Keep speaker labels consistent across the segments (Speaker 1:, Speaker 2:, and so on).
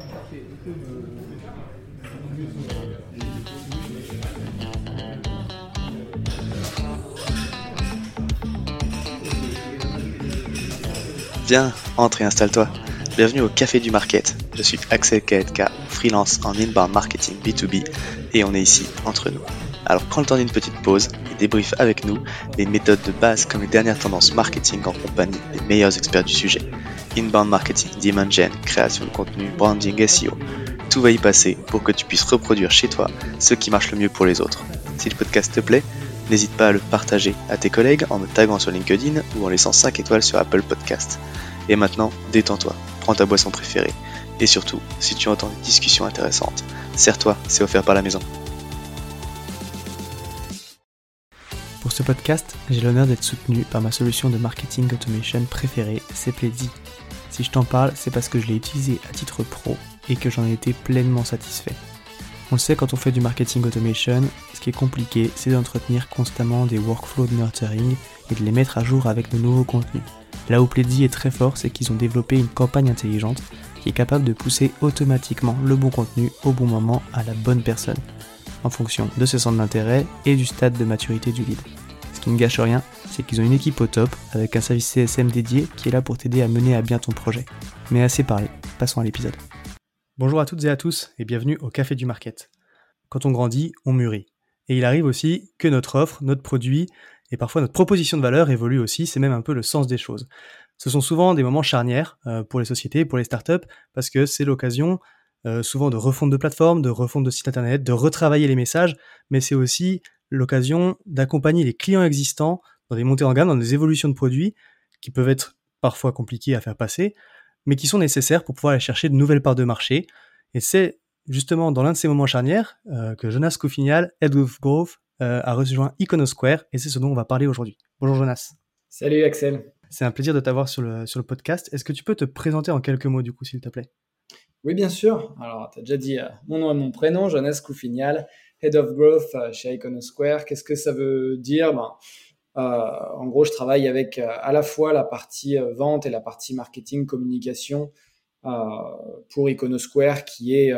Speaker 1: Viens, entre et installe-toi. Bienvenue au Café du Market. Je suis Axel Kaetka, freelance en inbound marketing B2B et on est ici entre nous. Alors prends le temps d'une petite pause et débriefe avec nous les méthodes de base comme les dernières tendances marketing en compagnie des meilleurs experts du sujet. Inbound marketing, demand gen, création de contenu, branding, SEO. Tout va y passer pour que tu puisses reproduire chez toi ce qui marche le mieux pour les autres. Si le podcast te plaît, n'hésite pas à le partager à tes collègues en me taguant sur LinkedIn ou en laissant 5 étoiles sur Apple Podcast. Et maintenant, détends-toi, prends ta boisson préférée. Et surtout, si tu entends une discussion intéressante, serre-toi, c'est offert par la maison.
Speaker 2: Pour ce podcast, j'ai l'honneur d'être soutenu par ma solution de marketing automation préférée, c'est Pledzi. Si je t'en parle, c'est parce que je l'ai utilisé à titre pro et que j'en ai été pleinement satisfait. On le sait, quand on fait du marketing automation, ce qui est compliqué, c'est d'entretenir constamment des workflows de nurturing et de les mettre à jour avec de nouveaux contenus. Là où Pledzi est très fort, c'est qu'ils ont développé une campagne intelligente qui est capable de pousser automatiquement le bon contenu au bon moment à la bonne personne, en fonction de ses centres d'intérêt et du stade de maturité du lead. Ce qui ne gâche rien, c'est qu'ils ont une équipe au top, avec un service CSM dédié qui est là pour t'aider à mener à bien ton projet. Mais assez parlé, passons à l'épisode. Bonjour à toutes et à tous et bienvenue au Café du Market. Quand on grandit, on mûrit. Et il arrive aussi que notre offre, notre produit et parfois notre proposition de valeur évolue aussi, c'est même un peu le sens des choses. Ce sont souvent des moments charnières pour les sociétés, pour les startups, parce que c'est l'occasion souvent de refonte de plateforme, de refonte de site internet, de retravailler les messages, mais c'est aussi l'occasion d'accompagner les clients existants dans des montées en gamme, dans des évolutions de produits qui peuvent être parfois compliquées à faire passer, mais qui sont nécessaires pour pouvoir aller chercher de nouvelles parts de marché. Et c'est justement dans l'un de ces moments charnières que Jonas Koufignal, Head of Growth, a rejoint Iconosquare, et c'est ce dont on va parler aujourd'hui. Bonjour Jonas.
Speaker 3: Salut Axel.
Speaker 2: C'est un plaisir de t'avoir sur le podcast. Est-ce que tu peux te présenter en quelques mots du coup, s'il te plaît ?
Speaker 3: Oui, bien sûr. Alors, tu as déjà dit mon nom et mon prénom, Jonas Koufignal, Head of Growth chez Iconosquare. Qu'est-ce que ça veut dire ? En gros, je travaille avec à la fois la partie vente et la partie marketing, communication pour Iconosquare, qui est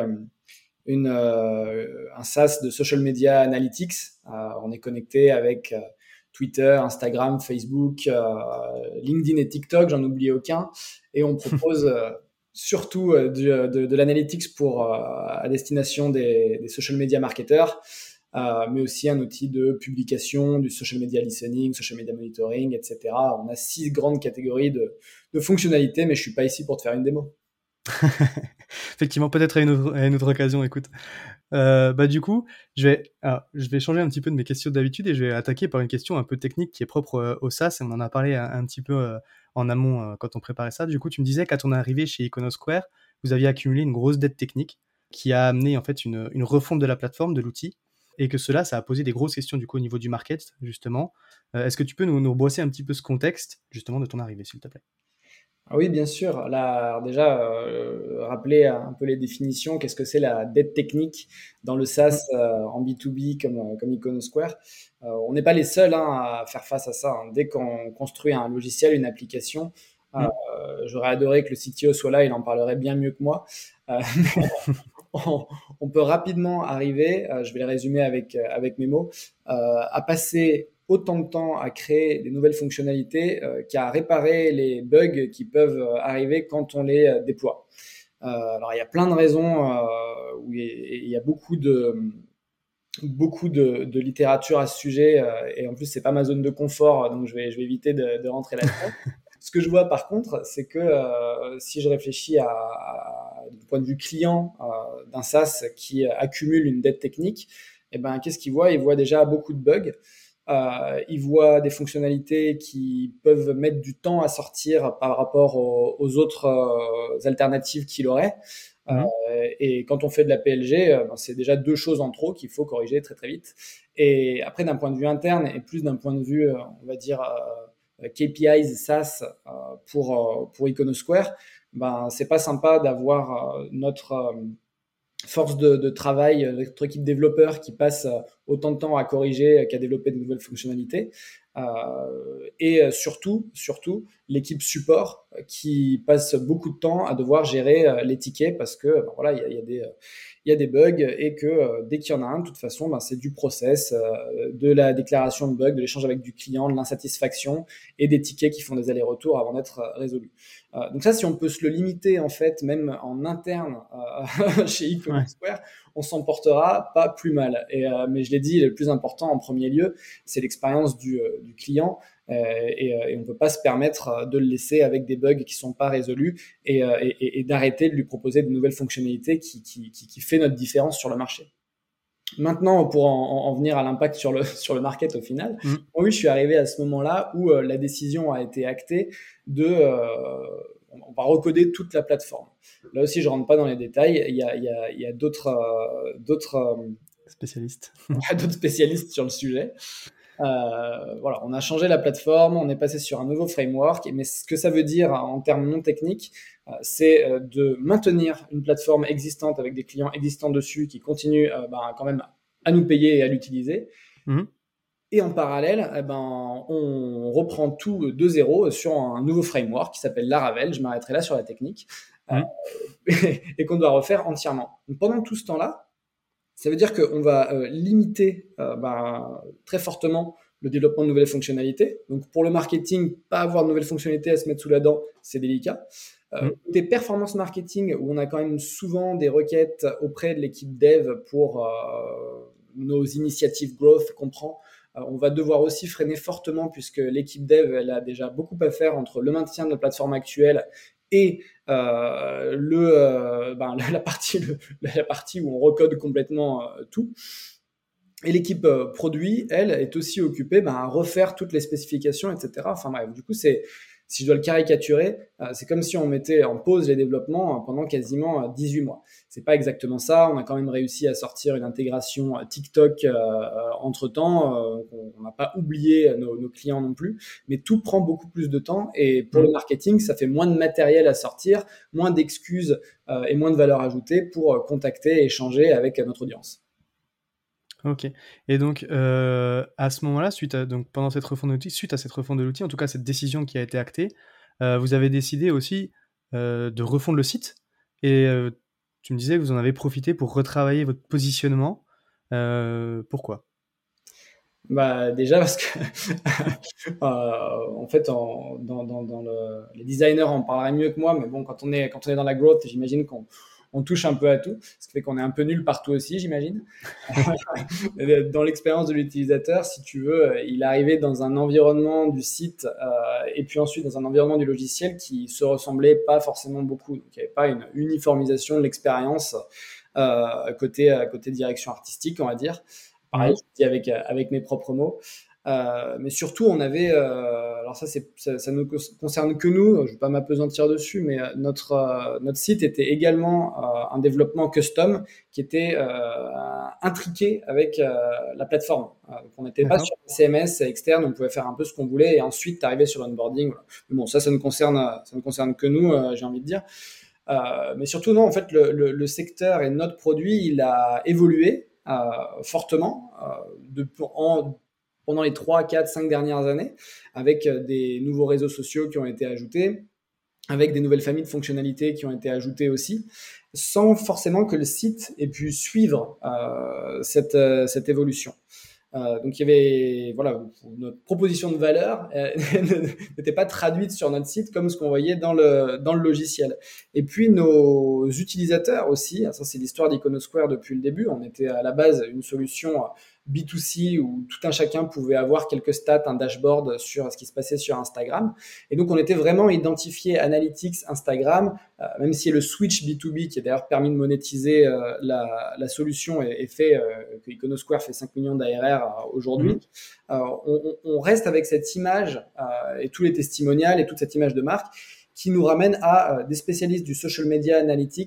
Speaker 3: un SaaS de social media analytics. On est connecté avec Twitter, Instagram, Facebook, LinkedIn et TikTok, j'en oublie aucun. Et on propose surtout de l'analytics à destination des social media marketeurs, mais aussi un outil de publication, du social media listening, social media monitoring, etc. On a 6 grandes catégories de fonctionnalités, mais je ne suis pas ici pour te faire une démo.
Speaker 2: Effectivement, peut-être à une autre occasion, écoute. Du coup, je vais changer un petit peu de mes questions d'habitude et je vais attaquer par une question un peu technique qui est propre au SaaS, et on en a parlé un petit peu en amont quand on préparait ça. Du coup, tu me disais qu'à ton arrivée chez Iconosquare, vous aviez accumulé une grosse dette technique qui a amené en fait une refonte de la plateforme, de l'outil, et que ça a posé des grosses questions du coup au niveau du market, justement. Est-ce que tu peux nous brosser un petit peu ce contexte, justement, de ton arrivée, s'il te plaît ?
Speaker 3: Ah oui, bien sûr. Là, alors déjà, rappeler un peu les définitions. Qu'est-ce que c'est la dette technique dans le SaaS en B2B comme Iconosquare? On n'est pas les seuls à faire face à ça. Dès qu'on construit un logiciel, une application, j'aurais adoré que le CTO soit là, il en parlerait bien mieux que moi. On peut rapidement arriver, je vais les résumer avec mes mots, à passer autant de temps à créer des nouvelles fonctionnalités qu'à réparer les bugs qui peuvent arriver quand on les déploie. Alors, il y a plein de raisons où il y a beaucoup de littérature à ce sujet et en plus, c'est pas ma zone de confort, donc je vais éviter de rentrer là-dedans. Ce que je vois par contre, c'est que si je réfléchis du point de vue client d'un SaaS qui accumule une dette technique, qu'est-ce qu'il voit ? Il voit déjà beaucoup de bugs. Il voit des fonctionnalités qui peuvent mettre du temps à sortir par rapport aux autres alternatives qu'il aurait. Et quand on fait de la PLG, c'est déjà 2 choses en trop qu'il faut corriger très très vite. Et après, d'un point de vue interne et plus d'un point de vue, on va dire, KPIs SaaS pour Iconosquare, c'est pas sympa d'avoir force de travail, notre équipe développeur qui passe autant de temps à corriger qu'à développer de nouvelles fonctionnalités. Et surtout, l'équipe support qui passe beaucoup de temps à devoir gérer les tickets parce que voilà, il y a des bugs et que dès qu'il y en a un, de toute façon, c'est du process, de la déclaration de bug, de l'échange avec du client, de l'insatisfaction et des tickets qui font des allers-retours avant d'être résolus. Donc ça, si on peut se le limiter en fait, même en interne chez e-commerce Square, on s'en portera pas plus mal. Mais je l'ai dit, le plus important en premier lieu, c'est l'expérience du client. Et on ne peut pas se permettre de le laisser avec des bugs qui ne sont pas résolus et d'arrêter de lui proposer de nouvelles fonctionnalités qui fait notre différence sur le marché. Maintenant, pour en venir à l'impact sur le market au final, oui, je suis arrivé à ce moment-là où la décision a été actée on va recoder toute la plateforme. Là aussi, je rentre pas dans les détails. Il y a d'autres
Speaker 2: spécialistes.
Speaker 3: D'autres spécialistes sur le sujet. Voilà, on a changé la plateforme, on est passé sur un nouveau framework, mais ce que ça veut dire en termes non techniques, c'est de maintenir une plateforme existante avec des clients existants dessus qui continuent quand même à nous payer et à l'utiliser. Et en parallèle, on reprend tout de zéro sur un nouveau framework qui s'appelle Laravel. Je m'arrêterai là sur la technique et qu'on doit refaire entièrement. Donc, pendant tout ce temps-là, ça veut dire qu'on va limiter très fortement le développement de nouvelles fonctionnalités. Donc, pour le marketing, pas avoir de nouvelles fonctionnalités à se mettre sous la dent, c'est délicat. Des performance marketing, où on a quand même souvent des requêtes auprès de l'équipe dev pour nos initiatives growth qu'on prend. On va devoir aussi freiner fortement puisque l'équipe dev, elle a déjà beaucoup à faire entre le maintien de la plateforme actuelle et la partie où on recode complètement tout. Et l'équipe produit, elle, est aussi occupée à refaire toutes les spécifications, etc. Enfin bref, du coup, si je dois le caricaturer, c'est comme si on mettait en pause les développements pendant quasiment 18 mois. C'est pas exactement ça. On a quand même réussi à sortir une intégration TikTok entre-temps. On n'a pas oublié nos clients non plus, mais tout prend beaucoup plus de temps. Et pour le marketing, ça fait moins de matériel à sortir, moins d'excuses et moins de valeur ajoutée pour contacter et échanger avec notre audience.
Speaker 2: Ok. Et donc, à ce moment-là, suite à cette refonte de l'outil, en tout cas cette décision qui a été actée, vous avez décidé aussi de refondre le site. Et tu me disais que vous en avez profité pour retravailler votre positionnement. Pourquoi ?
Speaker 3: Déjà parce que en fait les designers en parleraient mieux que moi, mais bon, quand on est dans la growth, j'imagine qu'on touche un peu à tout, ce qui fait qu'on est un peu nul partout aussi, j'imagine. Dans l'expérience de l'utilisateur, si tu veux, il est arrivé dans un environnement du site et puis ensuite dans un environnement du logiciel qui se ressemblait pas forcément beaucoup. Donc il n'y avait pas une uniformisation de l'expérience côté direction artistique, on va dire. Pareil, je dis avec mes propres mots. Mais surtout, on avait, alors ça ne concerne que nous, je ne vais pas m'apesantir dessus, mais notre site était également un développement custom qui était intriqué avec la plateforme. Donc on n'était pas sur un CMS externe, on pouvait faire un peu ce qu'on voulait et ensuite arriver sur l'onboarding. Voilà. Mais bon, ça ne concerne que nous, j'ai envie de dire. Mais surtout, non, en fait, le secteur et notre produit, il a évolué fortement pendant les 3, 4, 5 dernières années, avec des nouveaux réseaux sociaux qui ont été ajoutés, avec des nouvelles familles de fonctionnalités qui ont été ajoutées aussi, sans forcément que le site ait pu suivre cette évolution. Donc il y avait, voilà, notre proposition de valeur n'était pas traduite sur notre site comme ce qu'on voyait dans le logiciel. Et puis nos utilisateurs aussi, ça c'est l'histoire d'Iconosquare depuis le début, on était à la base une solution B2C où tout un chacun pouvait avoir quelques stats, un dashboard sur ce qui se passait sur Instagram. Et donc, on était vraiment identifié Analytics, Instagram, même si le switch B2B, qui est d'ailleurs permis de monétiser la solution, est fait, que Iconosquare fait 5 millions d'ARR aujourd'hui. On reste avec cette image et tous les testimonials et toute cette image de marque qui nous ramène à des spécialistes du social media analytics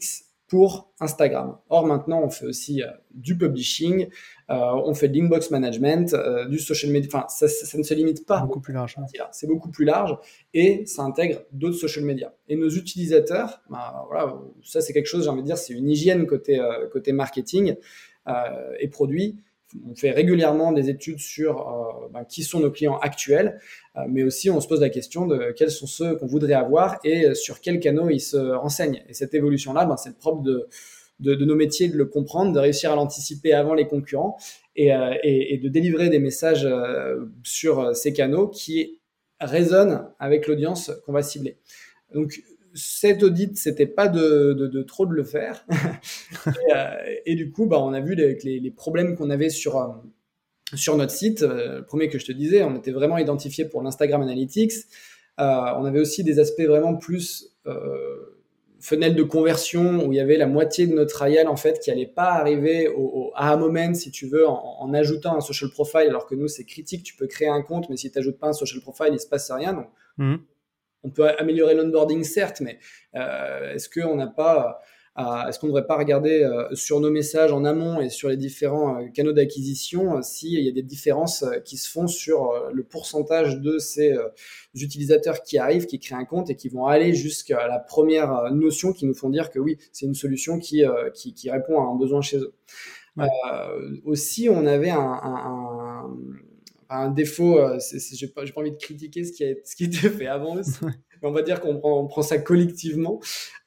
Speaker 3: pour Instagram. Or, maintenant, on fait aussi du publishing, on fait de l'inbox management, du social media. Enfin, ça ne se limite pas.
Speaker 2: Beaucoup plus large.
Speaker 3: C'est beaucoup plus large et ça intègre d'autres social media. Et nos utilisateurs, voilà, ça c'est quelque chose, j'ai envie de dire, c'est une hygiène côté marketing et produit. On fait régulièrement des études sur qui sont nos clients actuels, mais aussi on se pose la question de quels sont ceux qu'on voudrait avoir et sur quels canaux ils se renseignent. Et cette évolution-là, c'est le propre de nos métiers de le comprendre, de réussir à l'anticiper avant les concurrents et de délivrer des messages sur ces canaux qui résonnent avec l'audience qu'on va cibler. Donc, cet audit, c'était pas de trop de le faire. et du coup, on a vu les problèmes qu'on avait sur notre site. Le premier que je te disais, on était vraiment identifié pour l'Instagram Analytics. On avait aussi des aspects vraiment plus fenêtre de conversion où il y avait la moitié de notre trial en fait qui allait pas arriver au aha moment si tu veux en ajoutant un social profile, alors que nous c'est critique, tu peux créer un compte mais si tu n'ajoutes pas un social profile il se passe rien. Donc on peut améliorer l'onboarding certes, mais est-ce qu'on n'a pas est-ce qu'on ne devrait pas regarder sur nos messages en amont et sur les différents canaux d'acquisition s'il y a des différences qui se font sur le pourcentage de ces utilisateurs qui arrivent, qui créent un compte et qui vont aller jusqu'à la première notion qui nous font dire que oui, c'est une solution qui répond à un besoin chez eux. Ouais. Aussi, on avait un défaut, j'ai pas envie de critiquer ce qui était fait avant aussi. On va dire qu'on prend ça collectivement.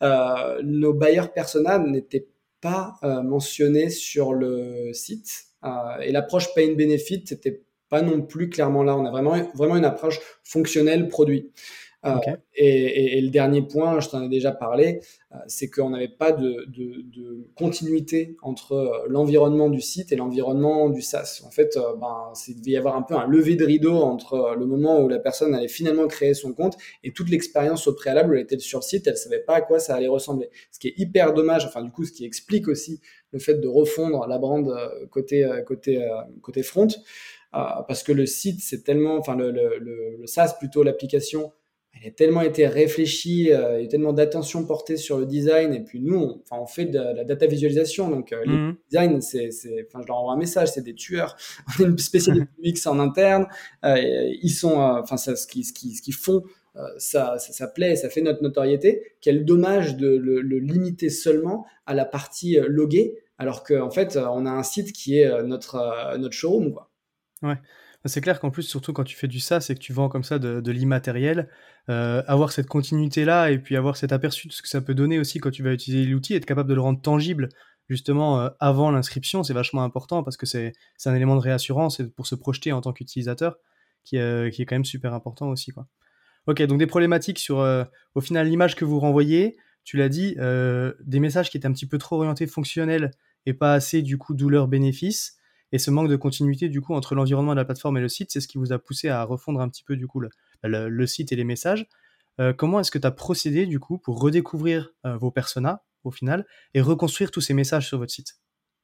Speaker 3: Nos buyers persona n'étaient pas mentionnés sur le site et l'approche pain-benefit n'était pas non plus clairement là. On a vraiment une approche fonctionnelle produit. Okay. Et le dernier point, je t'en ai déjà parlé, c'est qu'on n'avait pas de continuité entre l'environnement du site et l'environnement du SaaS. En fait, il devait y avoir un peu un lever de rideau entre le moment où la personne allait finalement créer son compte et toute l'expérience au préalable où elle était sur le site, elle savait pas à quoi ça allait ressembler. Ce qui est hyper dommage, enfin du coup, ce qui explique aussi le fait de refondre la brand côté front, parce que le site, c'est tellement, enfin le SaaS plutôt l'application, elle a tellement été réfléchie, il y a tellement d'attention portée sur le design, et puis nous, on fait de la data visualisation, donc les designs, je leur envoie un message, c'est des tueurs. On a une spécialité UX en interne, ils sont, ce qu'ils font, ça plaît, ça fait notre notoriété. Quel dommage de le limiter seulement à la partie loguée, alors qu'en fait, on a un site qui est notre showroom, quoi.
Speaker 2: Ouais. C'est clair qu'en plus, surtout quand tu fais du SaaS et que tu vends comme ça de l'immatériel, avoir cette continuité-là et puis avoir cet aperçu de ce que ça peut donner aussi quand tu vas utiliser l'outil, être capable de le rendre tangible justement avant l'inscription, c'est vachement important parce que c'est un élément de réassurance et pour se projeter en tant qu'utilisateur qui est quand même super important aussi, quoi. Ok, donc des problématiques sur au final l'image que vous renvoyez, tu l'as dit, des messages qui étaient un petit peu trop orientés fonctionnels et pas assez du coup douleur-bénéfice. Et ce manque de continuité du coup entre l'environnement de la plateforme et le site, c'est ce qui vous a poussé à refondre un petit peu du coup le site et les messages. Comment est-ce que tu as procédé du coup pour redécouvrir vos personas au final et reconstruire tous ces messages sur votre site?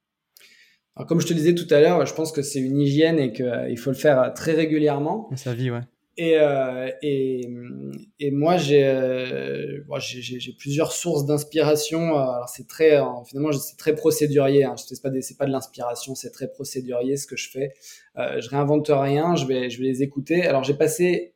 Speaker 3: Alors, comme je te disais tout à l'heure, je pense que c'est une hygiène et qu'il faut le faire très régulièrement.
Speaker 2: Sa vie, ouais.
Speaker 3: Et moi, j'ai plusieurs sources d'inspiration. Alors finalement, c'est très procédurier. Hein. C'est pas de l'inspiration, c'est très procédurier ce que je fais. Je réinvente rien. Je vais les écouter. Alors, j'ai passé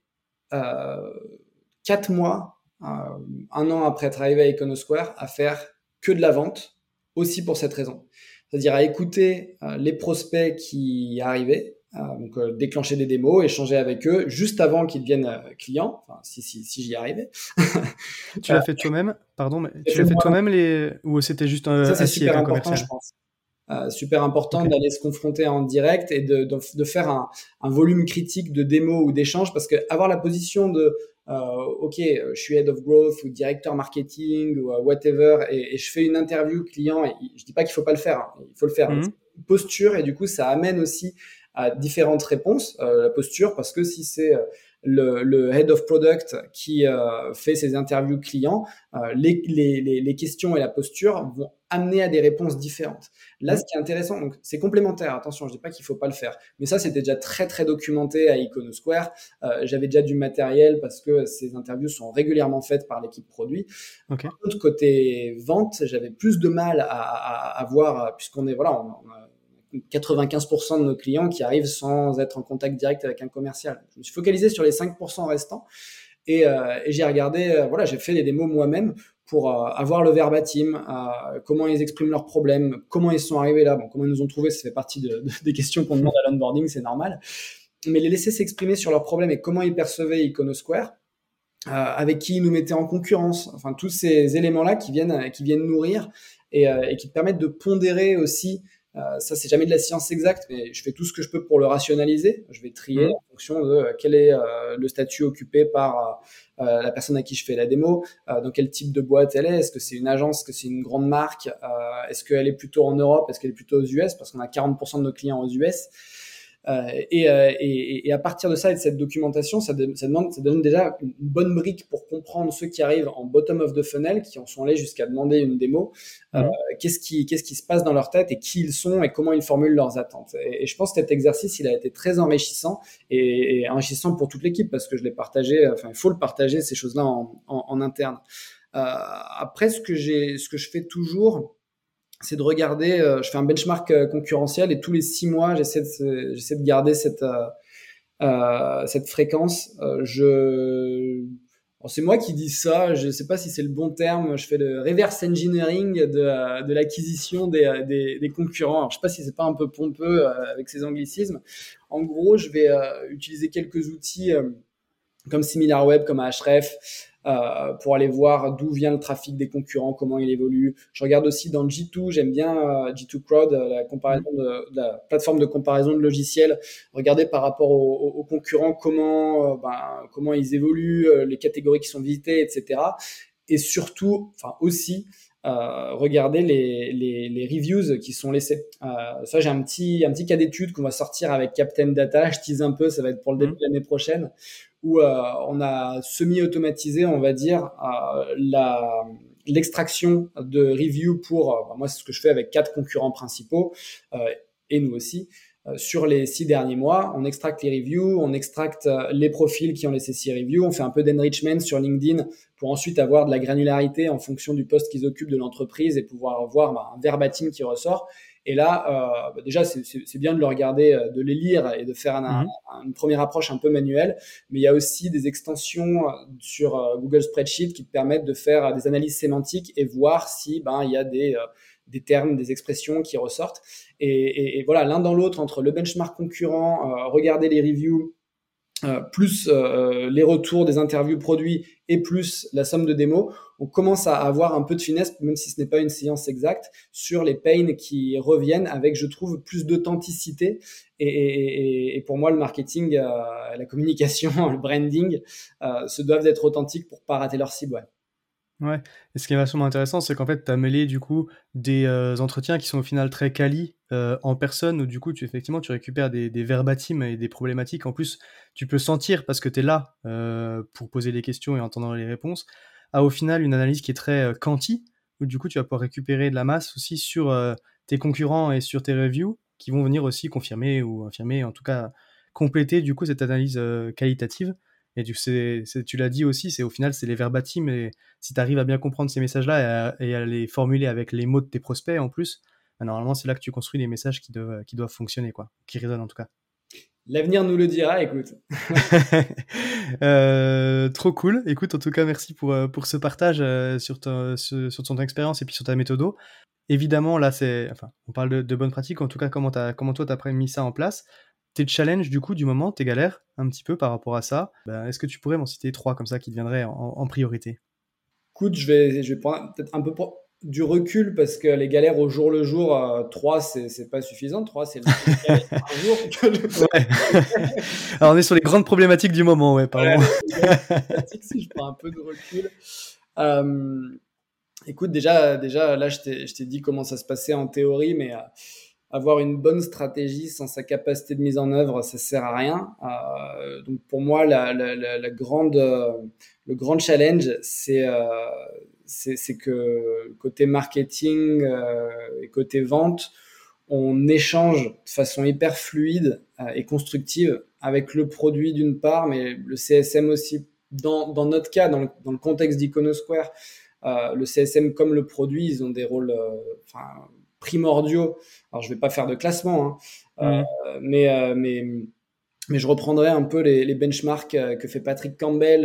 Speaker 3: 4 mois, 1 an après être arrivé à Iconosquare, à faire que de la vente, aussi pour cette raison. C'est-à-dire à écouter les prospects qui arrivaient. Donc déclencher des démos, échanger avec eux juste avant qu'ils deviennent clients, enfin si j'y arrivais.
Speaker 2: Tu l'as fait toi-même, pardon, mais tu l'as fait toi-même ou c'était juste
Speaker 3: ça, c'est
Speaker 2: assis
Speaker 3: super
Speaker 2: avec un
Speaker 3: important,
Speaker 2: commercial?
Speaker 3: je pense. Super important d'aller se confronter en direct et de faire un volume critique de démos ou d'échanges, parce que avoir la position de ok, je suis head of growth ou directeur marketing ou whatever, et je fais une interview client, et je dis pas qu'il faut pas le faire, hein, il faut le faire. C'est une posture, et du coup ça amène aussi à différentes réponses, la posture, parce que si c'est le head of product qui fait ses interviews clients, les questions et la posture vont amener à des réponses différentes. Là, ce qui est intéressant, donc c'est complémentaire, attention, je dis pas qu'il faut pas le faire, mais ça, c'était déjà très, très documenté à Iconosquare. J'avais déjà du matériel parce que ces interviews sont régulièrement faites par l'équipe produit.
Speaker 2: Ok.
Speaker 3: Par contre, côté vente, j'avais plus de mal à voir, puisqu'on est, voilà, on a 95% de nos clients qui arrivent sans être en contact direct avec un commercial. Je me suis focalisé sur les 5% restants et j'ai regardé, voilà, j'ai fait les démos moi-même pour avoir le verbatim, comment ils expriment leurs problèmes, comment ils sont arrivés là, bon, comment ils nous ont trouvés, ça fait partie des questions qu'on demande à l'onboarding, c'est normal, mais les laisser s'exprimer sur leurs problèmes et comment ils percevaient Iconosquare, avec qui ils nous mettaient en concurrence, enfin tous ces éléments-là qui viennent nourrir et qui permettent de pondérer aussi. Ça, c'est jamais de la science exacte, mais je fais tout ce que je peux pour le rationaliser. Je vais trier en fonction de quel est le statut occupé par la personne à qui je fais la démo, dans quel type de boîte elle est. Est-ce que c'est une agence, est-ce que c'est une grande marque, est-ce qu'elle est plutôt en Europe, est-ce qu'elle est plutôt aux US, parce qu'on a 40% de nos clients aux US. Et à partir de ça et de cette documentation, ça donne déjà une bonne brique pour comprendre ceux qui arrivent en bottom of the funnel, qui en sont allés jusqu'à demander une démo, qu'est-ce qui se passe dans leur tête et qui ils sont et comment ils formulent leurs attentes. Et je pense que cet exercice, il a été très enrichissant et enrichissant pour toute l'équipe parce que je l'ai partagé, enfin, il faut le partager, ces choses-là en interne. Après, ce que je fais toujours, c'est de regarder, je fais un benchmark concurrentiel et tous les 6 mois, j'essaie de garder cette fréquence. C'est moi qui dis ça, je sais pas si c'est le bon terme, je fais le reverse engineering de l'acquisition des concurrents. Alors, je sais pas si c'est pas un peu pompeux avec ces anglicismes. En gros, je vais utiliser quelques outils comme SimilarWeb, comme Ahref, pour aller voir d'où vient le trafic des concurrents, comment il évolue. Je regarde aussi dans G2, j'aime bien G2 Crowd, la comparaison de la plateforme de comparaison de logiciels, regarder par rapport aux concurrents comment ils évoluent, les catégories qui sont visitées, etc. Et surtout, enfin aussi, regarder les reviews qui sont laissés. Ça, j'ai un petit cas d'étude qu'on va sortir avec Captain Data. Je tease un peu, ça va être pour le début de l'année prochaine, où on a semi-automatisé, on va dire, l'extraction de reviews pour, moi, c'est ce que je fais avec 4 concurrents principaux, et nous aussi. Sur les 6 derniers mois, on extracte les reviews, on extracte les profils qui ont laissé 6 reviews, on fait un peu d'enrichment sur LinkedIn pour ensuite avoir de la granularité en fonction du poste qu'ils occupent de l'entreprise et pouvoir voir un verbatim qui ressort. Et là, déjà, c'est bien de le regarder, de les lire et de faire une première approche un peu manuelle. Mais il y a aussi des extensions sur Google Spreadsheet qui te permettent de faire des analyses sémantiques et voir si il y a des termes, des expressions qui ressortent. Et voilà, l'un dans l'autre, entre le benchmark concurrent, regarder les reviews, plus les retours des interviews produits et plus la somme de démos, on commence à avoir un peu de finesse, même si ce n'est pas une science exacte, sur les pains qui reviennent avec, je trouve, plus d'authenticité. Et pour moi, le marketing, la communication, le branding, se doivent d'être authentiques pour pas rater leur cible.
Speaker 2: Ouais, et ce qui est vachement intéressant, c'est qu'en fait, tu as mêlé du coup des entretiens qui sont au final très quali en personne, où du coup, tu récupères des verbatims et des problématiques. En plus, tu peux sentir, parce que tu es là pour poser les questions et entendre les réponses, à au final une analyse qui est très quanti, où du coup, tu vas pouvoir récupérer de la masse aussi sur tes concurrents et sur tes reviews, qui vont venir aussi confirmer ou infirmer, en tout cas compléter du coup cette analyse qualitative. Et tu l'as dit aussi, au final, c'est les verbatims, et si tu arrives à bien comprendre ces messages-là et à les formuler avec les mots de tes prospects en plus, normalement, c'est là que tu construis des messages qui doivent fonctionner, quoi, qui résonnent en tout cas.
Speaker 3: L'avenir nous le dira, écoute.
Speaker 2: Trop cool. Écoute, en tout cas, merci pour ce partage sur ton expérience et puis sur ta méthode. Évidemment, là, on parle de bonnes pratiques. En tout cas, comment toi, t'as mis ça en place? Tes challenges du coup du moment, tes galères un petit peu par rapport à ça, est-ce que tu pourrais m'en citer 3 comme ça qui te viendraient en priorité?
Speaker 3: Écoute, je vais prendre peut-être un peu du recul parce que les galères au jour le jour, 3 c'est pas suffisant, 3 c'est un jour.
Speaker 2: Ouais. Alors on est sur les grandes problématiques du moment, ouais, pardon.
Speaker 3: Si je prends un peu de recul. Écoute, déjà là je t'ai dit comment ça se passait en théorie, mais avoir une bonne stratégie sans sa capacité de mise en œuvre, ça sert à rien. Donc pour moi, le grand challenge, c'est c'est que côté marketing et côté vente, on échange de façon hyper fluide et constructive avec le produit d'une part, mais le CSM aussi. Dans notre cas, dans le contexte d'Iconosquare, le CSM comme le produit, ils ont des rôles primordiaux. Alors, je vais pas faire de classement, hein, mais je reprendrai un peu les benchmarks que fait Patrick Campbell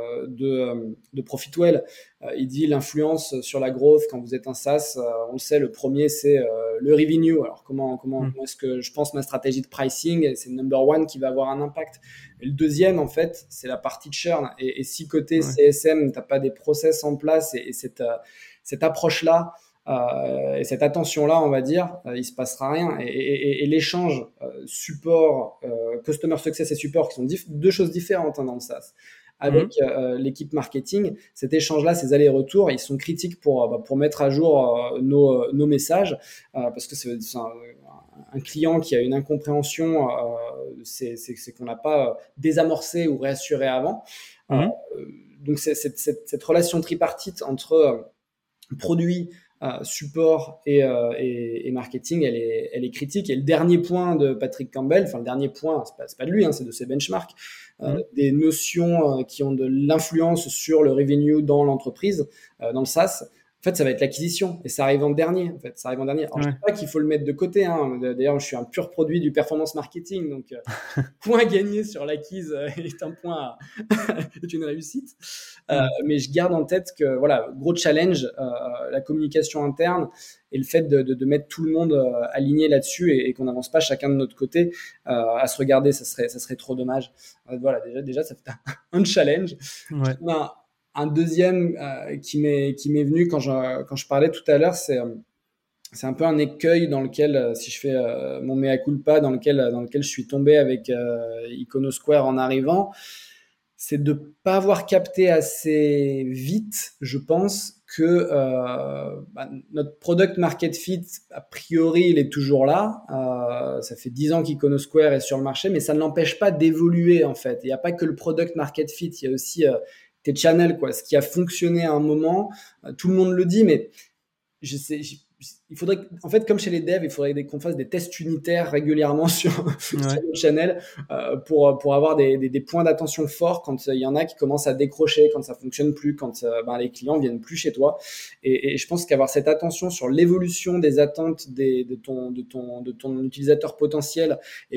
Speaker 3: de Profitwell. Il dit l'influence sur la growth quand vous êtes un SaaS, on le sait, le premier c'est le revenue. Alors comment est-ce que je pense ma stratégie de pricing, c'est le number one qui va avoir un impact. Et le deuxième en fait, c'est la partie de churn. Et si côté CSM, t'as pas des process en place et cette approche-là, et cette attention-là, on va dire, il se passera rien. Et l'échange support, customer success et support, qui sont deux choses différentes dans le SaaS. Avec l'équipe marketing, cet échange-là, ces allers-retours, ils sont critiques pour mettre à jour nos messages, parce que c'est un client qui a une incompréhension, c'est qu'on n'a pas désamorcé ou réassuré avant. Donc cette relation tripartite entre produit, support et marketing, elle est critique. Et le dernier point de Patrick Campbell, enfin le dernier point, c'est pas de lui, c'est de ses benchmarks, des notions qui ont de l'influence sur le revenue dans l'entreprise, dans le SaaS. En fait, ça va être l'acquisition et ça arrive en dernier. Alors, je ne dis pas qu'il faut le mettre de côté. D'ailleurs, je suis un pur produit du performance marketing, donc point gagné sur l'acquise est un point, est une réussite. Mais je garde en tête que voilà, gros challenge, la communication interne et le fait de mettre tout le monde aligné là-dessus et qu'on n'avance pas chacun de notre côté à se regarder, ça serait trop dommage. Voilà, déjà ça fait un challenge.
Speaker 2: Ouais.
Speaker 3: Un deuxième qui m'est venu quand je parlais tout à l'heure, c'est un peu un écueil dans lequel, si je fais mon mea culpa, dans lequel je suis tombé avec Iconosquare en arrivant, c'est de pas avoir capté assez vite, je pense, que notre product market fit, a priori, il est toujours là. Ça fait 10 ans qu'Iconosquare est sur le marché, mais ça ne l'empêche pas d'évoluer, en fait. Il n'y a pas que le product market fit, il y a aussi tes channels, quoi. Ce qui a fonctionné à un moment, tout le monde le dit, mais il faudrait, en fait, comme chez les devs, il faudrait qu'on fasse des tests unitaires régulièrement sur le channel pour avoir des points d'attention forts quand il y en a qui commencent à décrocher, quand ça fonctionne plus, quand les clients viennent plus chez toi. Et je pense qu'avoir cette attention sur l'évolution des attentes de ton utilisateur potentiel et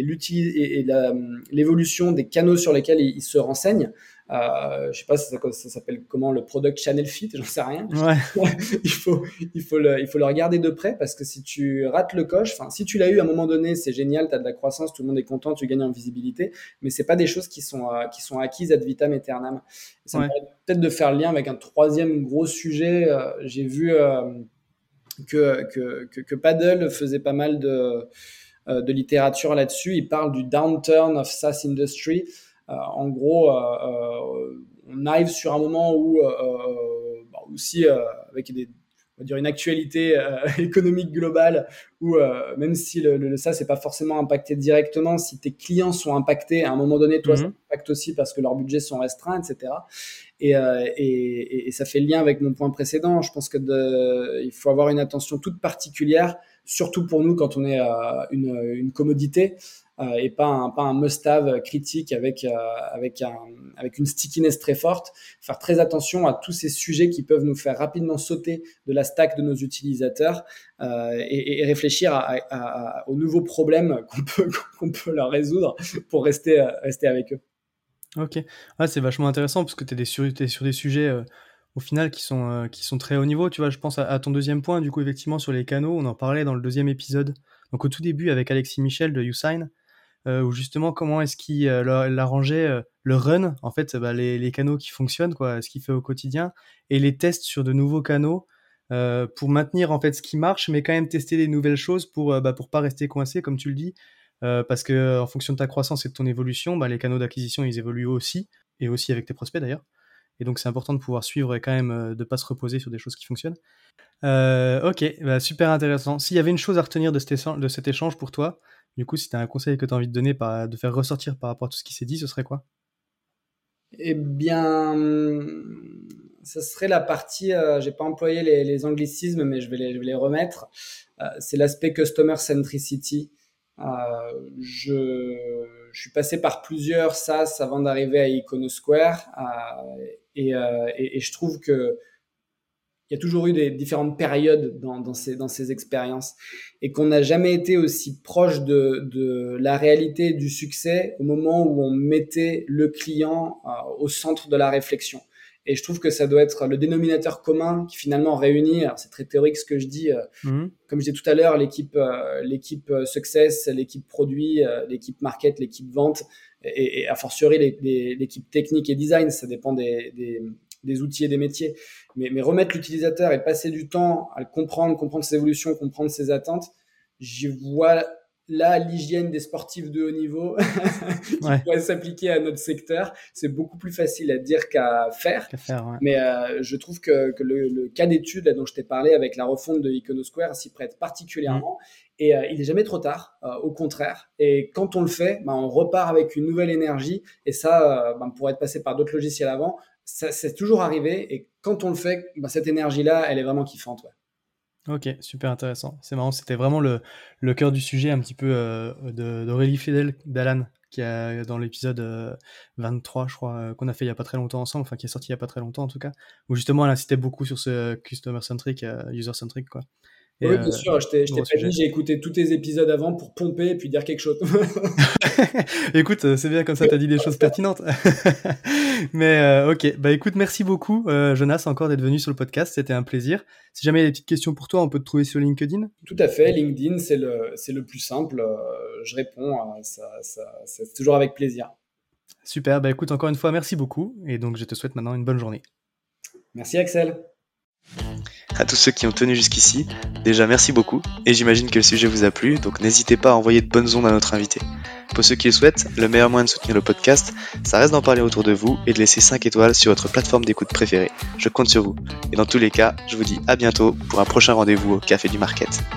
Speaker 3: l'évolution des canaux sur lesquels il se renseigne. Je sais pas si ça s'appelle comment, le product channel fit, j'en sais rien. il faut le regarder de près, parce que si tu rates le coche, enfin si tu l'as eu à un moment donné, c'est génial, tu as de la croissance, tout le monde est content, tu gagnes en visibilité, mais c'est pas des choses qui sont acquises ad vitam aeternam. Ça me permet peut-être de faire le lien avec un troisième gros sujet. J'ai vu que Paddle faisait pas mal de littérature là-dessus. Il parle du downturn of SaaS industry. En gros, on arrive sur un moment où aussi avec on va dire une actualité économique globale où même si le SaaS n'est pas forcément impacté directement, si tes clients sont impactés, à un moment donné, toi, ça impacte aussi parce que leurs budgets sont restreints, etc. Et ça fait le lien avec mon point précédent. Je pense que il faut avoir une attention toute particulière, surtout pour nous quand on est une commodité. Et pas un must-have critique avec une stickiness très forte. Faire très attention à tous ces sujets qui peuvent nous faire rapidement sauter de la stack de nos utilisateurs et réfléchir aux nouveaux problèmes qu'on peut leur résoudre pour rester avec eux.
Speaker 2: Ok, c'est vachement intéressant parce que t'es sur des sujets au final qui sont très haut niveau. Tu vois, je pense à ton deuxième point, du coup, effectivement, sur les canaux. On en parlait dans le deuxième épisode, donc au tout début avec Alexis Michel de YouSign. Où justement comment est-ce qu'il arrangeait le run, en fait, les canaux qui fonctionnent, quoi, ce qu'il fait au quotidien, et les tests sur de nouveaux canaux pour maintenir en fait ce qui marche, mais quand même tester des nouvelles choses pour pas rester coincé, comme tu le dis, parce que en fonction de ta croissance et de ton évolution, les canaux d'acquisition ils évoluent aussi, et aussi avec tes prospects d'ailleurs. Et donc c'est important de pouvoir suivre et quand même de pas se reposer sur des choses qui fonctionnent. Ok, super intéressant. S'il y avait une chose à retenir de cet échange pour toi, du coup, si tu as un conseil que tu as envie de donner, de faire ressortir par rapport à tout ce qui s'est dit, ce serait quoi ?
Speaker 3: Eh bien, Ça serait la partie, j'ai pas employé les anglicismes, mais je vais les remettre. C'est l'aspect customer centricity. Je suis passé par plusieurs SaaS avant d'arriver à Iconosquare, et je trouve que il y a toujours eu des différentes périodes dans ces expériences, et qu'on n'a jamais été aussi proche de la réalité du succès au moment où on mettait le client au centre de la réflexion. Et je trouve que ça doit être le dénominateur commun qui finalement réunit, alors c'est très théorique ce que je dis, comme je disais tout à l'heure, l'équipe success, l'équipe produit, l'équipe market, l'équipe vente, et a fortiori l'équipe technique et design, ça dépend des outils et des métiers. Mais remettre l'utilisateur et passer du temps à le comprendre ses évolutions, comprendre ses attentes, j'y vois là l'hygiène des sportifs de haut niveau qui pourrait s'appliquer à notre secteur. C'est beaucoup plus facile à dire qu'à faire.
Speaker 2: Ouais.
Speaker 3: Mais je trouve que le cas d'étude là, dont je t'ai parlé avec la refonte de Iconosquare s'y prête particulièrement. Et il n'est jamais trop tard, au contraire. Et quand on le fait, on repart avec une nouvelle énergie. Et ça, pour être passé par d'autres logiciels avant, ça, c'est toujours arrivé. Et quand on le fait, cette énergie-là, elle est vraiment kiffante. Ouais.
Speaker 2: Ok, super intéressant. C'est marrant, c'était vraiment le cœur du sujet un petit peu d'Aurélie Fidel d'Alan, qui a dans l'épisode 23, je crois, qu'on a fait il y a pas très longtemps ensemble, enfin qui est sorti il y a pas très longtemps en tout cas, où justement elle insistait beaucoup sur ce customer-centric, user-centric, quoi.
Speaker 3: Et oui, bien sûr, je t'ai pas dit, j'ai écouté tous tes épisodes avant pour pomper et puis dire quelque chose.
Speaker 2: Écoute, c'est bien, comme ça t'as dit des choses pertinentes. Mais ok, écoute, merci beaucoup Jonas encore d'être venu sur le podcast, c'était un plaisir. Si jamais il y a des petites questions pour toi, on peut te trouver sur LinkedIn.
Speaker 3: Tout à fait, LinkedIn c'est le plus simple, je réponds, c'est toujours avec plaisir.
Speaker 2: Super, écoute, encore une fois merci beaucoup, et donc je te souhaite maintenant une bonne journée.
Speaker 3: Merci Axel.
Speaker 1: À tous ceux qui ont tenu jusqu'ici, déjà merci beaucoup, et j'imagine que le sujet vous a plu, donc n'hésitez pas à envoyer de bonnes ondes à notre invité. Pour ceux qui le souhaitent, le meilleur moyen de soutenir le podcast, ça reste d'en parler autour de vous et de laisser 5 étoiles sur votre plateforme d'écoute préférée. Je compte sur vous. Et dans tous les cas, je vous dis à bientôt pour un prochain rendez-vous au Café du Market.